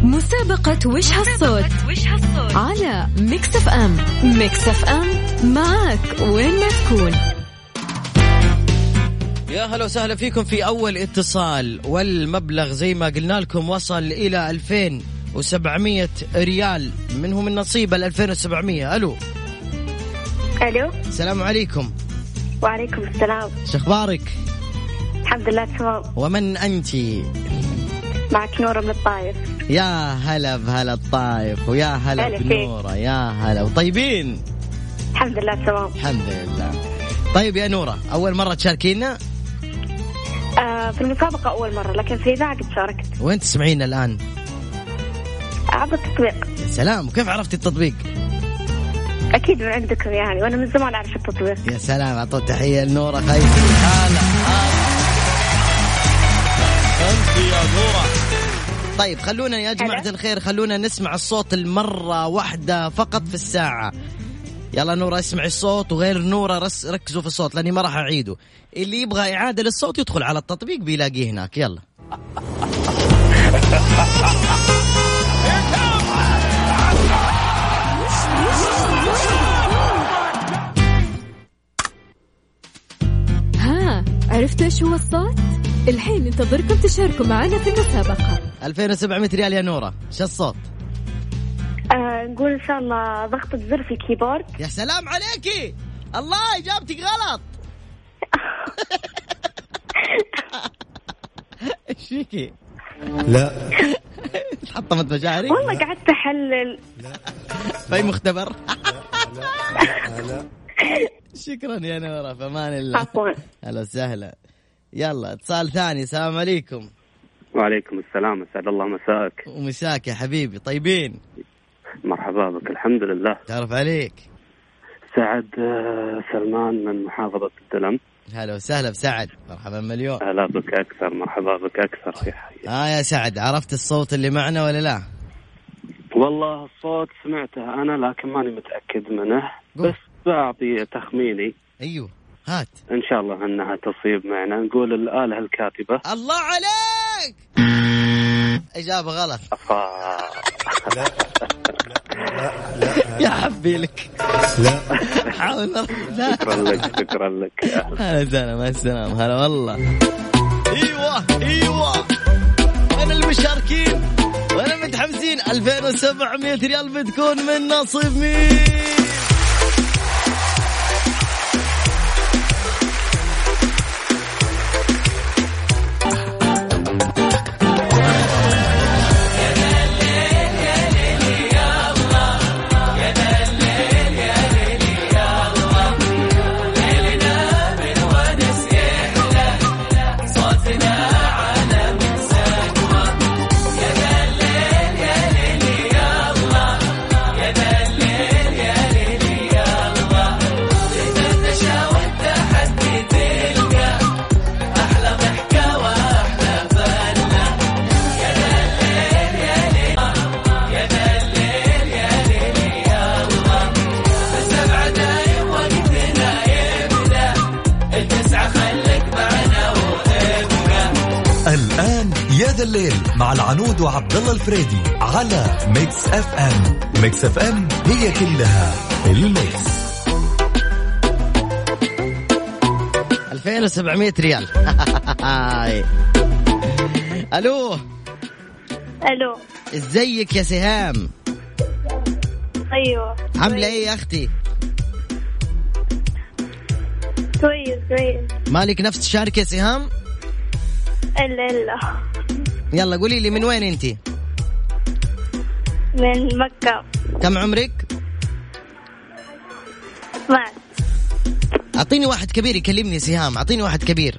مسابقة وش هالصوت على ميكس اف ام. ميكس اف ام معك وين ما تكون. يا هلا وسهلا فيكم في أول اتصال، والمبلغ زي ما قلنا لكم وصل إلى 2700 ريال، منهم النصيب 2700. ألو السلام عليكم. وعليكم السلام. شخبارك؟ الحمد لله تمام. ومن أنت؟ معك نورة من الطايف. يا هلا بهلا الطايف، ويا هلا بنورة. يا هلا وطيبين. الحمد لله تمام. الحمد لله. طيب يا نورة، أول مرة تشاركينا؟ في المسابقة أول مرة، لكن في إذاعة قد شاركت. وين تسمعينا الآن؟ عبر التطبيق. يا سلام، وكيف عرفتي التطبيق؟ أكيد من عندكم يعني، وأنا من زمان أعرف التطبيق. يا سلام، أعطوا تحية لنورة خيسي. هلا أنت يا نورة. طيب خلونا يا جماعة الخير، خلونا نسمع الصوت المرة واحدة فقط في الساعة. يلا نورة اسمعي الصوت، وغير نورة ركزوا في الصوت لأني ما راح أعيده. اللي يبغى إعادة للصوت يدخل على التطبيق بيلاقيه هناك. يلا ها، عرفتوا ايش هو الصوت؟ الحين ننتظركم تشاركوا معنا في المسابقة. 2700 ريال يا نورة. شو الصوت؟ نقول إن شاء الله ضغطة زر في الكيبورد. يا سلام عليكي، الله إجابتك غلط. ايش فيكي؟ لا تحطمت مشاعري والله. قعدت أحلل. في مختبر. لا. شكرا يا نورة، في أمان الله. عفوا. هلا وسهلا. يلا اتصال ثاني. السلام عليكم. وعليكم السلام، اسعد الله مساءك. ومساك يا حبيبي. طيبين؟ مرحبا بك. الحمد لله. تعرف عليك؟ سعد سلمان من محافظة الدلم. هلا وسهلا بسعد، مرحبا مليون. هلا بك أكثر، مرحبا بك أكثر يا حي. يا سعد، عرفت الصوت اللي معنا ولا لا؟ والله الصوت سمعته أنا، لكن ماني متأكد منه. بس أعطي تخميني. أيوه هات. إن شاء الله أنها تصيب معنا. نقول الآلة الكاتبة. الله عليك. إجابة غلط. لا. يا حبي لك. لا حاول. شكرا لك. هلا وسهلا. مع السلامة. هلا والله. ايوه انا المشاركين وانا متحمسين. 2700 ريال بتكون من نصيب مين؟ الليل مع العنود وعبد الله الفريدي على ميكس اف ام. ميكس اف ام هي كلها الميكس. 2700 ريال. الو ازيك يا سهام؟ ايوه عامله ايه يا اختي؟ كويس. مالك نفس تشارك يا سهام؟ الا يلا قولي لي من وين انتي؟ من مكة. كم عمرك؟ 12. اعطيني واحد كبير يكلمني. سهام اعطيني واحد كبير.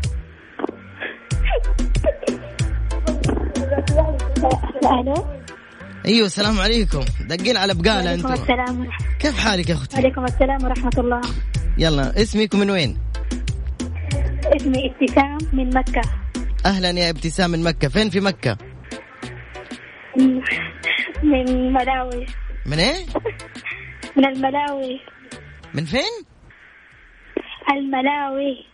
الو. ايوه السلام عليكم. دقين على بقالة انتم. السلام. كيف حالك يا اختي؟ وعليكم السلام ورحمة الله. يلا اسمك من وين؟ اسمي ابتسام من مكة. اهلا يا ابتسام من مكة. فين في مكة؟ من ملاوي. من ايه؟ من الملاوي. من فين؟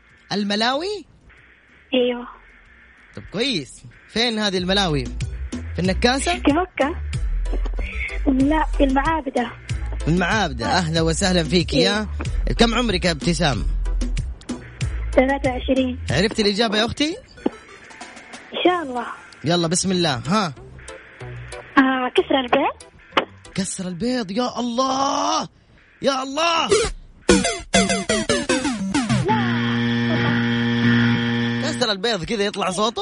الملاوي. ايوه. طب كويس. فين هذه الملاوي؟ في النكاسة؟ في مكة. لا في المعابدة. المعابدة. أهلا وسهلا فيك يا. كم عمرك يا ابتسام؟ 23. عرفت الإجابة يا أختي؟ إن شاء الله. يلا بسم الله. ها. كسر البيض. كسر البيض. يا الله يا الله. كسر البيض كذا يطلع صوته.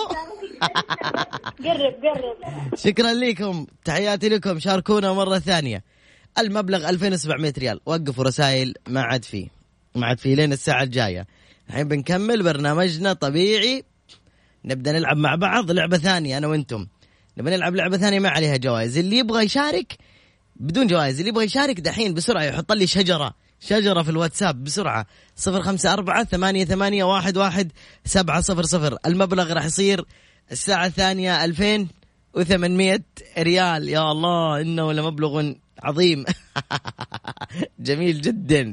قرب. شكرا لكم، تحياتي لكم، شاركونا مرة ثانية. المبلغ 2700 ريال. وقفوا رسائل، ما عاد فيه لين الساعة الجاية. الحين بنكمل برنامجنا طبيعي، نبدأ نلعب مع بعض لعبة ثانية أنا وإنتم. نبدأ نلعب لعبة ثانية ما عليها جوائز. اللي يبغى يشارك بدون جوائز، اللي يبغى يشارك دحين بسرعة يحط لي شجرة في الواتساب بسرعة 0548811700. المبلغ راح يصير الساعة الثانية 2800 ريال. يا الله إنه لمبلغ عظيم. جميل جدا.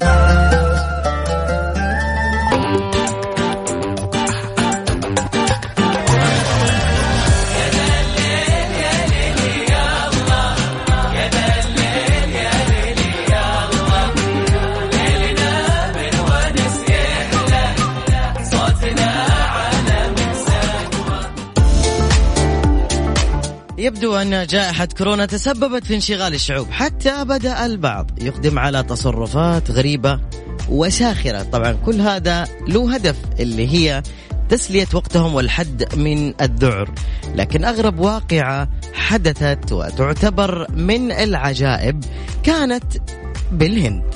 يبدو أن جائحة كورونا تسببت في انشغال الشعوب، حتى بدأ البعض يقدم على تصرفات غريبة وساخرة. طبعا كل هذا له هدف، اللي هي تسلية وقتهم والحد من الذعر. لكن أغرب واقعة حدثت وتعتبر من العجائب كانت بالهند.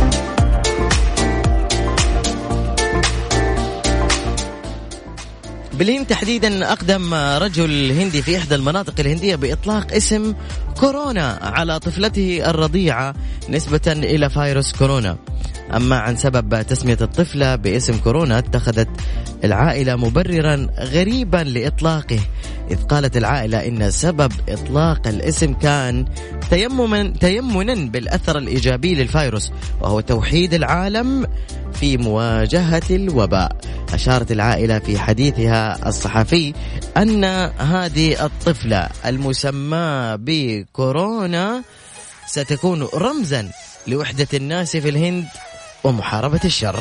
بالهند تحديدا أقدم رجل هندي في إحدى المناطق الهندية بإطلاق اسم كورونا على طفلته الرضيعة نسبة إلى فيروس كورونا. أما عن سبب تسمية الطفلة باسم كورونا، اتخذت العائلة مبررا غريبا لإطلاقه، إذ قالت العائلة إن سبب إطلاق الاسم كان تيمنا بالأثر الإيجابي للفيروس، وهو توحيد العالم في مواجهة الوباء. أشارت العائلة في حديثها الصحفي أن هذه الطفلة المسمى بكورونا ستكون رمزا لوحدة الناس في الهند ومحاربة الشر.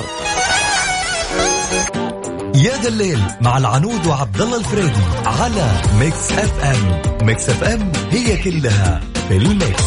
يا ذا الليل مع العنود وعبد الله الفريدي على ميكس اف ام. ميكس اف ام هي كلها في الميكس.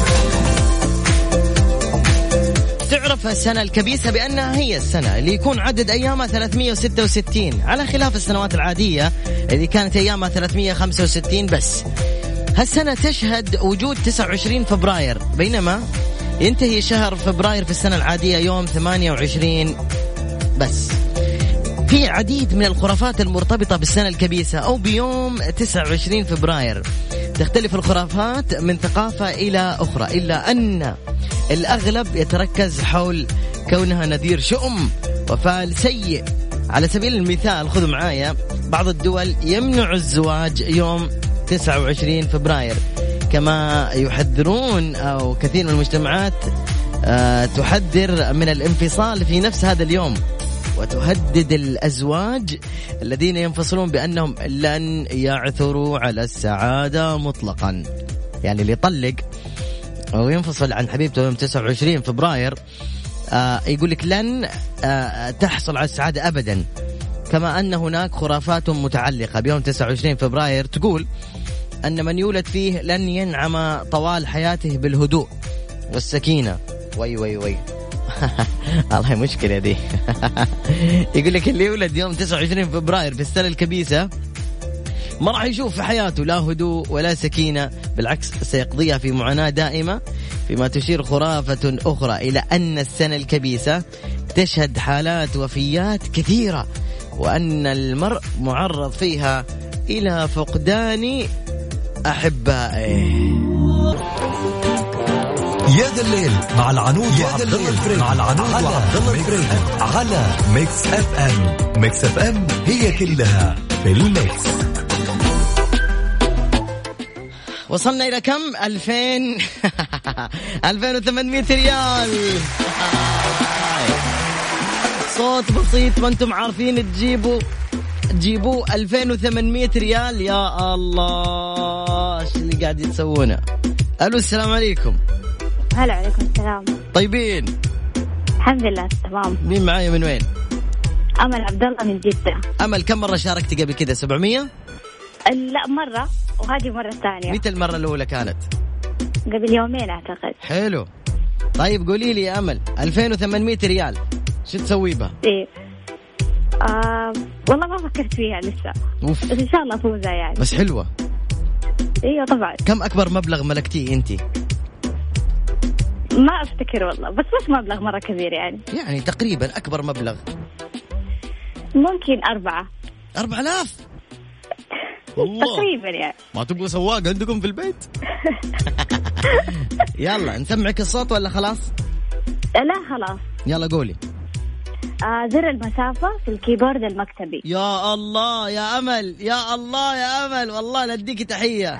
تعرف السنة الكبيسة بأنها هي السنة اللي يكون عدد أيامها 366 على خلاف السنوات العادية اللي كانت أيامها 365 بس. هالسنة تشهد وجود 29 فبراير، بينما ينتهي شهر فبراير في السنة العادية يوم 28 بس. في عديد من الخرافات المرتبطة بالسنة الكبيسة أو بيوم 29 فبراير. تختلف الخرافات من ثقافة إلى أخرى، إلا أن الأغلب يتركز حول كونها نذير شؤم وفعل سيء. على سبيل المثال خذوا معايا، بعض الدول يمنع الزواج يوم 29 فبراير، كما يحذرون أو كثير من المجتمعات تحذر من الانفصال في نفس هذا اليوم، وتهدد الأزواج الذين ينفصلون بأنهم لن يعثروا على السعادة مطلقا. يعني اللي يطلق أو ينفصل عن حبيبته يوم 29 فبراير يقول لك لن تحصل على السعادة أبدا. كما أن هناك خرافات متعلقة بيوم 29 فبراير تقول أن من يولد فيه لن ينعم طوال حياته بالهدوء والسكينة. وي الله مشكلة دي. يقول لك اللي يولد يوم 29 فبراير في السنة الكبيسة ما راح يشوف في حياته لا هدوء ولا سكينة، بالعكس سيقضيها في معاناة دائمة. فيما تشير خرافة أخرى إلى أن السنة الكبيسة تشهد حالات وفيات كثيرة، وأن المرء معرض فيها إلى فقدان أحبائه. يا ذا الليل مع العنود وعبد الله الفريدي على ميكس اف ام. ميكس اف ام هي كلها في الميكس. وصلنا إلى كم؟ 2800 ريال. صوت بسيط ما أنتم عارفين تجيبوا 2800 ريال. يا الله اللي قاعد تسوونه. الو السلام عليكم. هلا عليكم السلام. طيبين؟ الحمد لله تمام. مين معايا من وين؟ أمل عبد الله من جدة. أمل كم مرة شاركتي قبل كده؟ 700؟ لا مرة، وهذه مرة ثانية. متى المرة الأولى كانت؟ قبل يومين أعتقد. حلو. طيب قولي لي يا أمل 2800 ريال شو تسوي بها؟ إيه والله ما فكرت فيها لسه. أوف. بس إن شاء الله أفوزها يعني. بس حلوة. إيه طبعا. كم أكبر مبلغ ملكتيه أنتي؟ ما أفتكر والله، بس مش مبلغ مرة كبير يعني. يعني تقريبا أكبر مبلغ ممكن 4000 تقريبا يعني. ما تبغوا سواق عندكم في البيت؟ يلا نسمعك الصوت ولا خلاص؟ لا خلاص. يلا قولي. زر المسافة في الكيبورد المكتبي. يا الله يا أمل، يا الله يا أمل، والله نديك تحية.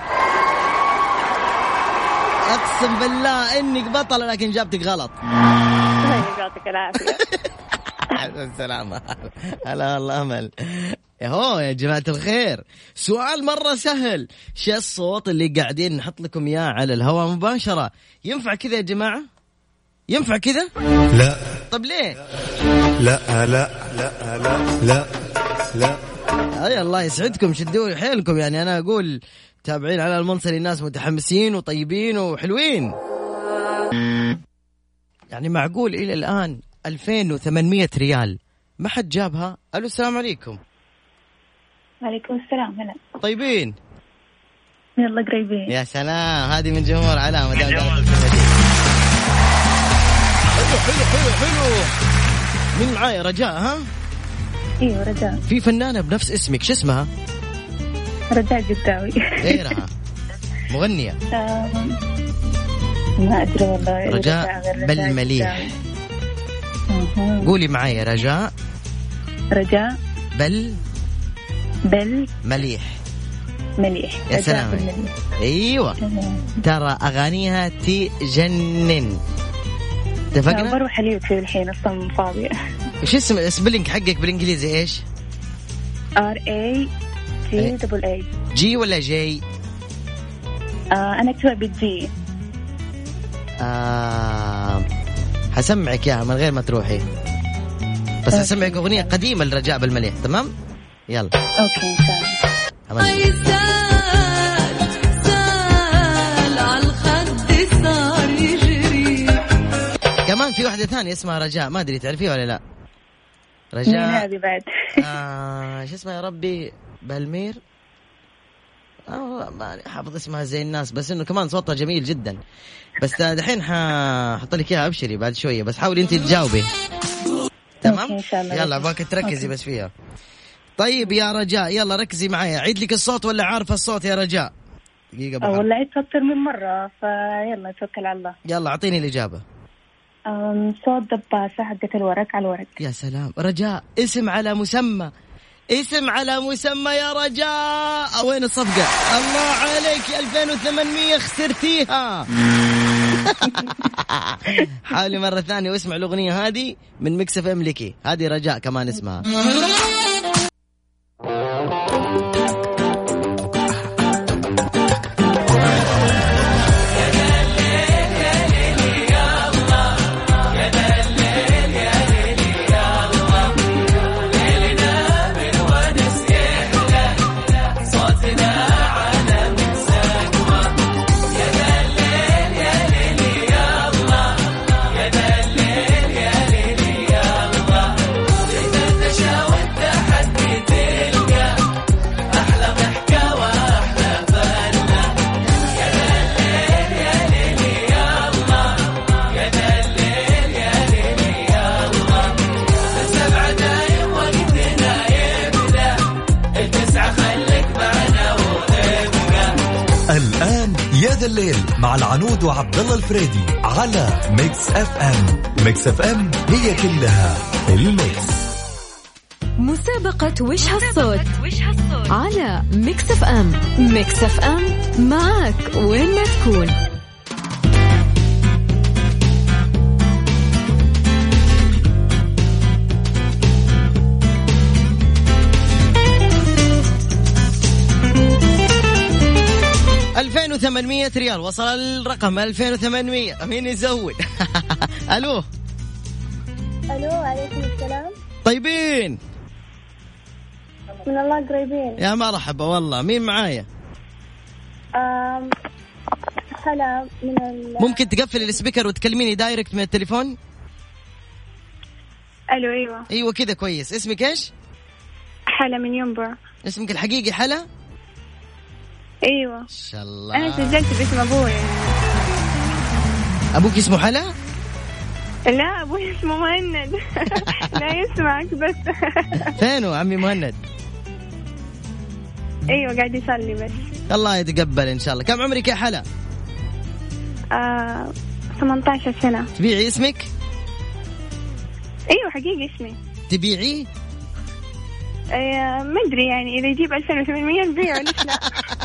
أقسم بالله إنك بطلة لكن جابتك غلط. يعطيك العافية. السلامة. هلا الله أمل. يهو يا جماعة الخير، سؤال مرة سهل. شو الصوت اللي قاعدين نحط لكم إياه على الهواء مباشرة؟ ينفع كذا يا جماعة؟ ينفع كذا؟ لا. طب ليه؟ لا لا لا لا لا لا. أي الله يسعدكم، شدوا حيلكم. يعني أنا أقول تابعين على المنصري الناس متحمسين وطيبين وحلوين. يعني معقول إلى الآن 2800 ريال ما حد جابها؟ ألو السلام عليكم. وعليكم السلام. هلا طيبين؟ يلا قريبين. يا سلام، هذه من جمهور علامة. حلو حلو حلو حلو. مين معايا؟ رجاء؟ ها؟ ايوه رجاء. في فنانة بنفس اسمك، شو اسمها؟ رجاء جداوي. غيرها مغنية؟ ما أدري والله. رجاء بالمليح. قولي معايا. رجاء بالمليح. مليح. يا سلام. ايوه ترى اغانيها تجنن. اتفقنا؟ بروح اليوتيوب الحين اصلا فاضية. ايش اسم السبيلنج حقك بالانجليزي؟ ايش؟ RAGAA. جي ولا جي؟ انا اكتبها بالجي. حسمعك اياها من غير ما تروحي، بس حسمعك اغنية قديمة لرجاء بالمليح. تمام يلا. اوكي ان شاء الله. كمان في واحدة ثانية اسمها رجاء، ما أدري تعرفيها ولا لا؟ رجاء مين هذه بعد؟ شو اسمها يا ربي؟ بالمير. ما حافظ اسمها زي الناس، بس إنه كمان صوتها جميل جدا. بس دحين ححط لك إياها، أبشري بعد شوية، بس حاولي أنت تجاوبي. تمام يلا باك تركزي بس فيها. طيب يا رجاء يلا ركزي معايا. عيد لك الصوت ولا عارفة الصوت يا رجاء؟ دقيقة والله عيد أكثر من مرة، فيلا توكل على الله. يلا أعطيني الإجابة. صوت دباسة حقت الورق على الورق. يا سلام. رجاء اسم على مسمى، اسم على مسمى يا رجاء. وين الصفقة؟ الله عليك، 2800 خسرتيها. حاولي مرة ثانية واسمع الأغنية هذه من ميكس اف ام لكي. هذه رجاء كمان اسمها. الليل مع العنود وعبد الله الفريدي على ميكس اف ام. ميكس اف ام هي كلها الميكس. مسابقة وش هالصوت على ميكس اف ام. ميكس اف ام معك وين ما تكون. 2800 ريال. وصل الرقم 2800. مين يزود؟ ألو عليكم السلام. طيبين؟ من الله قريبين. يا مرحبا والله. مين معايا؟ هلا من ممكن تقفل السبيكر وتكلميني دايركت من التليفون؟ ألو. ايوه كذا كويس. اسمك ايش؟ حلا من ينبع. اسمك الحقيقي حلا؟ ايوه ان شاء الله. انا سجلت باسم ابوي. ابوك اسمه حلا؟ لا ابوي اسمه مهند. لا يسمعك بس. فينه عمي مهند؟ ايوه قاعد يصلي بس. الله يتقبل ان شاء الله. كم عمرك يا حلا؟ 18 سنة. تبيعي اسمك؟ ايوه حقيقي اسمي. تبيعيه؟ ما ادري يعني اذا يجيب 2800 نبيعه ليش لا.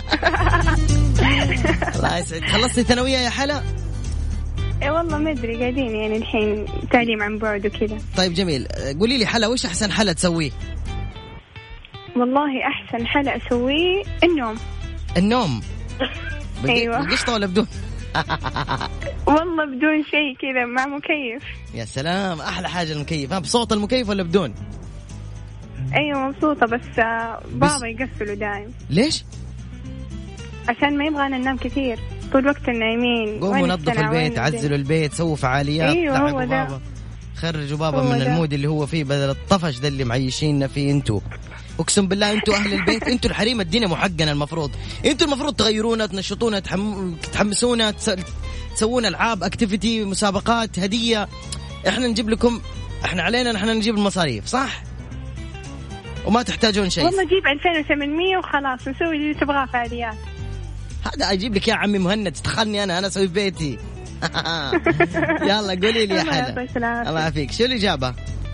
الله يسعد. خلصتي ثانوية يا حلا؟ والله ما ادري قاعدين يعني الحين تعليم عن بعد وكذا. طيب جميل. قولي لي حلا وش احسن حلا تسويه؟ والله احسن حلا اسويه النوم. ايوه. بالقشطة ولا بدون؟ والله بدون شيء كذا مع مكيف. يا سلام. احلى حاجة المكيف. بصوت المكيف ولا بدون؟ ايوه مبسوطة بس بابا يقفله دايم. ليش؟ عشان ما يبغانا ننام كثير طول وقت النايمين. قوموا نظفوا البيت، عزلوا البيت، سووا فعاليات. ايوه هو ده. بابا خرجوا بابا من المود اللي هو فيه بدل الطفش ده اللي معيشيننا فيه. انتوا اقسم بالله انتوا اهل البيت، انتوا الحريم الدنيا محقنا. المفروض انتوا المفروض تغيرونا، تنشطونا، تحمسونا، تسوون العاب، اكتيفيتي، مسابقات، هديه. احنا نجيب لكم، احنا علينا نحن نجيب المصاريف صح، وما تحتاجون شيء. والله جيب 2800 وخلاص نسوي اللي تبغاه فعاليات. هذا اجيب لك يا عمي مهند، تدخلني انا اسوي في بيتي. يلا قولي لي يا حلا. الله يعافيك. شو الإجابة؟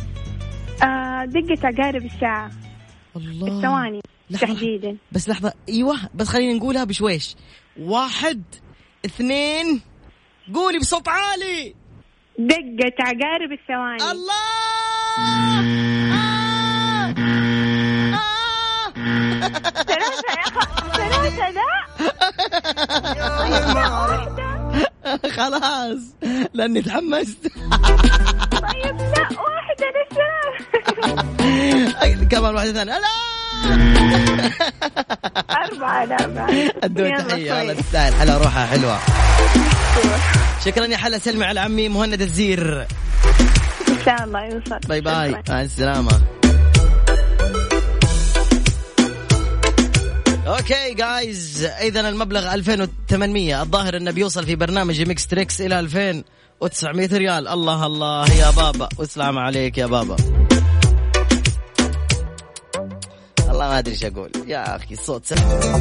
دقة عقارب الساعة. الله. الثواني تحديدا. بس لحظة. ايوه بس خلينا نقولها بشويش. 1 2 قولي بصوت عالي. دقة عقارب الثواني. الله. 3 لا. خلاص لأني تحمست. طيب لا 1 لسه. كمان 1 ثانية. لا 4 لا. ادوا تحية. والله تستاهل حلا، روحها حلوة. شكرا يا حلا. سلمي على عمي مهند الزير. ان شاء الله يوصل. باي باي. مع السلامة. اوكي جايز، اذا المبلغ 2800. الظاهر انه بيوصل في برنامج ميكس تريكس الى 2900 ريال. الله الله يا بابا، والسلام عليك يا بابا. الله ما ادري ايش اقول يا اخي، الصوت سهل.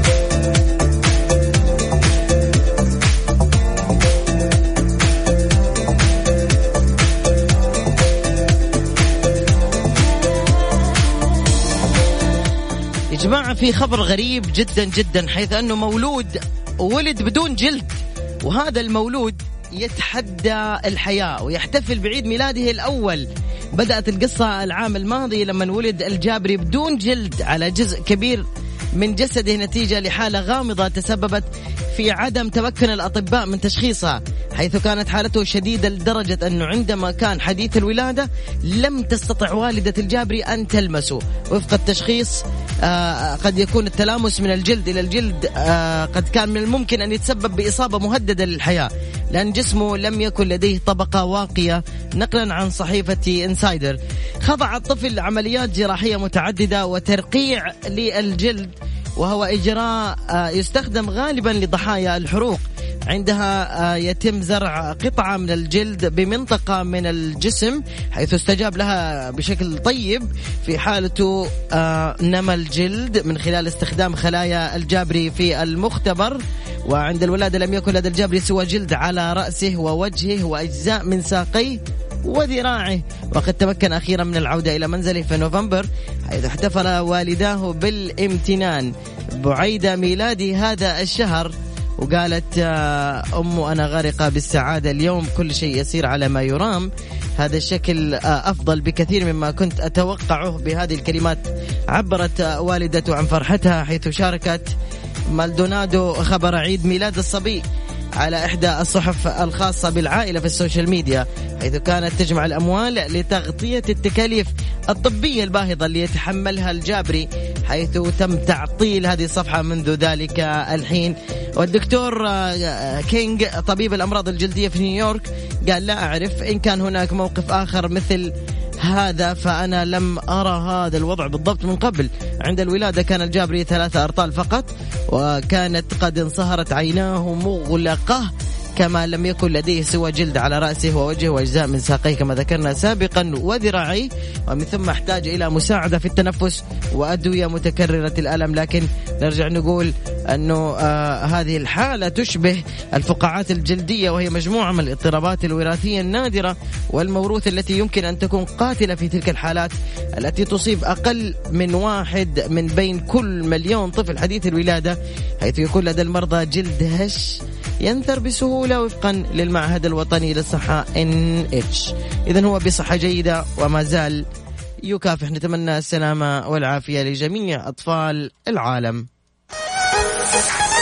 يا جماعة في خبر غريب جدا جدا، حيث أنه مولود ولد بدون جلد، وهذا المولود يتحدى الحياة ويحتفل بعيد ميلاده الأول. بدأت القصة العام الماضي لما ولد الجابري بدون جلد على جزء كبير من جسده نتيجة لحالة غامضة تسببت في عدم تمكن الأطباء من تشخيصها، حيث كانت حالته شديدة لدرجة أنه عندما كان حديث الولادة لم تستطع والدة الجابري أن تلمسه. وفق التشخيص قد يكون التلامس من الجلد إلى الجلد قد كان من الممكن أن يتسبب بإصابة مهددة للحياة، لأن جسمه لم يكن لديه طبقة واقية. نقلا عن صحيفة إنسايدر، خضع الطفل لعمليات جراحية متعددة وترقيع للجلد، وهو إجراء يستخدم غالبا لضحايا الحروق. عندها يتم زرع قطعة من الجلد بمنطقة من الجسم، حيث استجاب لها بشكل طيب. في حالته نمى الجلد من خلال استخدام خلايا الجابري في المختبر، وعند الولادة لم يكن لدى الجابري سوى جلد على رأسه ووجهه وأجزاء من ساقيه وذراعه. وقد تمكن أخيرا من العودة إلى منزله في نوفمبر، حيث احتفل والداه بالامتنان بعيد ميلادي هذا الشهر. وقالت أمه أنا غارقة بالسعادة اليوم، كل شيء يسير على ما يرام. هذا الشكل أفضل بكثير مما كنت أتوقعه. بهذه الكلمات عبرت والدته عن فرحتها، حيث شاركت مالدونادو خبر عيد ميلاد الصبي على إحدى الصحف الخاصة بالعائلة في السوشيال ميديا، حيث كانت تجمع الأموال لتغطية التكاليف الطبية الباهظة اللي يتحملها الجابري، حيث تم تعطيل هذه الصفحة منذ ذلك الحين. والدكتور كينج طبيب الأمراض الجلدية في نيويورك قال لا أعرف إن كان هناك موقف آخر مثل هذا، فأنا لم أرى هذا الوضع بالضبط من قبل. عند الولادة كان الجابري 3 أرطال فقط، وكانت قد انصهرت عيناه مغلقة، كما لم يكن لديه سوى جلد على رأسه ووجهه وأجزاء من ساقيه كما ذكرنا سابقا وذراعيه، ومن ثم احتاج إلى مساعدة في التنفس وأدوية متكررة الألم. لكن نرجع نقول أنه هذه الحالة تشبه الفقاعات الجلدية، وهي مجموعة من الاضطرابات الوراثية النادرة والموروثة التي يمكن أن تكون قاتلة في تلك الحالات التي تصيب أقل من 1 من بين كل 1,000,000 طفل حديث الولادة، حيث يكون لدى المرضى جلد هش ينثر بسهولة وفقا للمعهد الوطني للصحة NH. إذن هو بصحة جيدة وما زال يكافح. نتمنى السلامة والعافية لجميع أطفال العالم.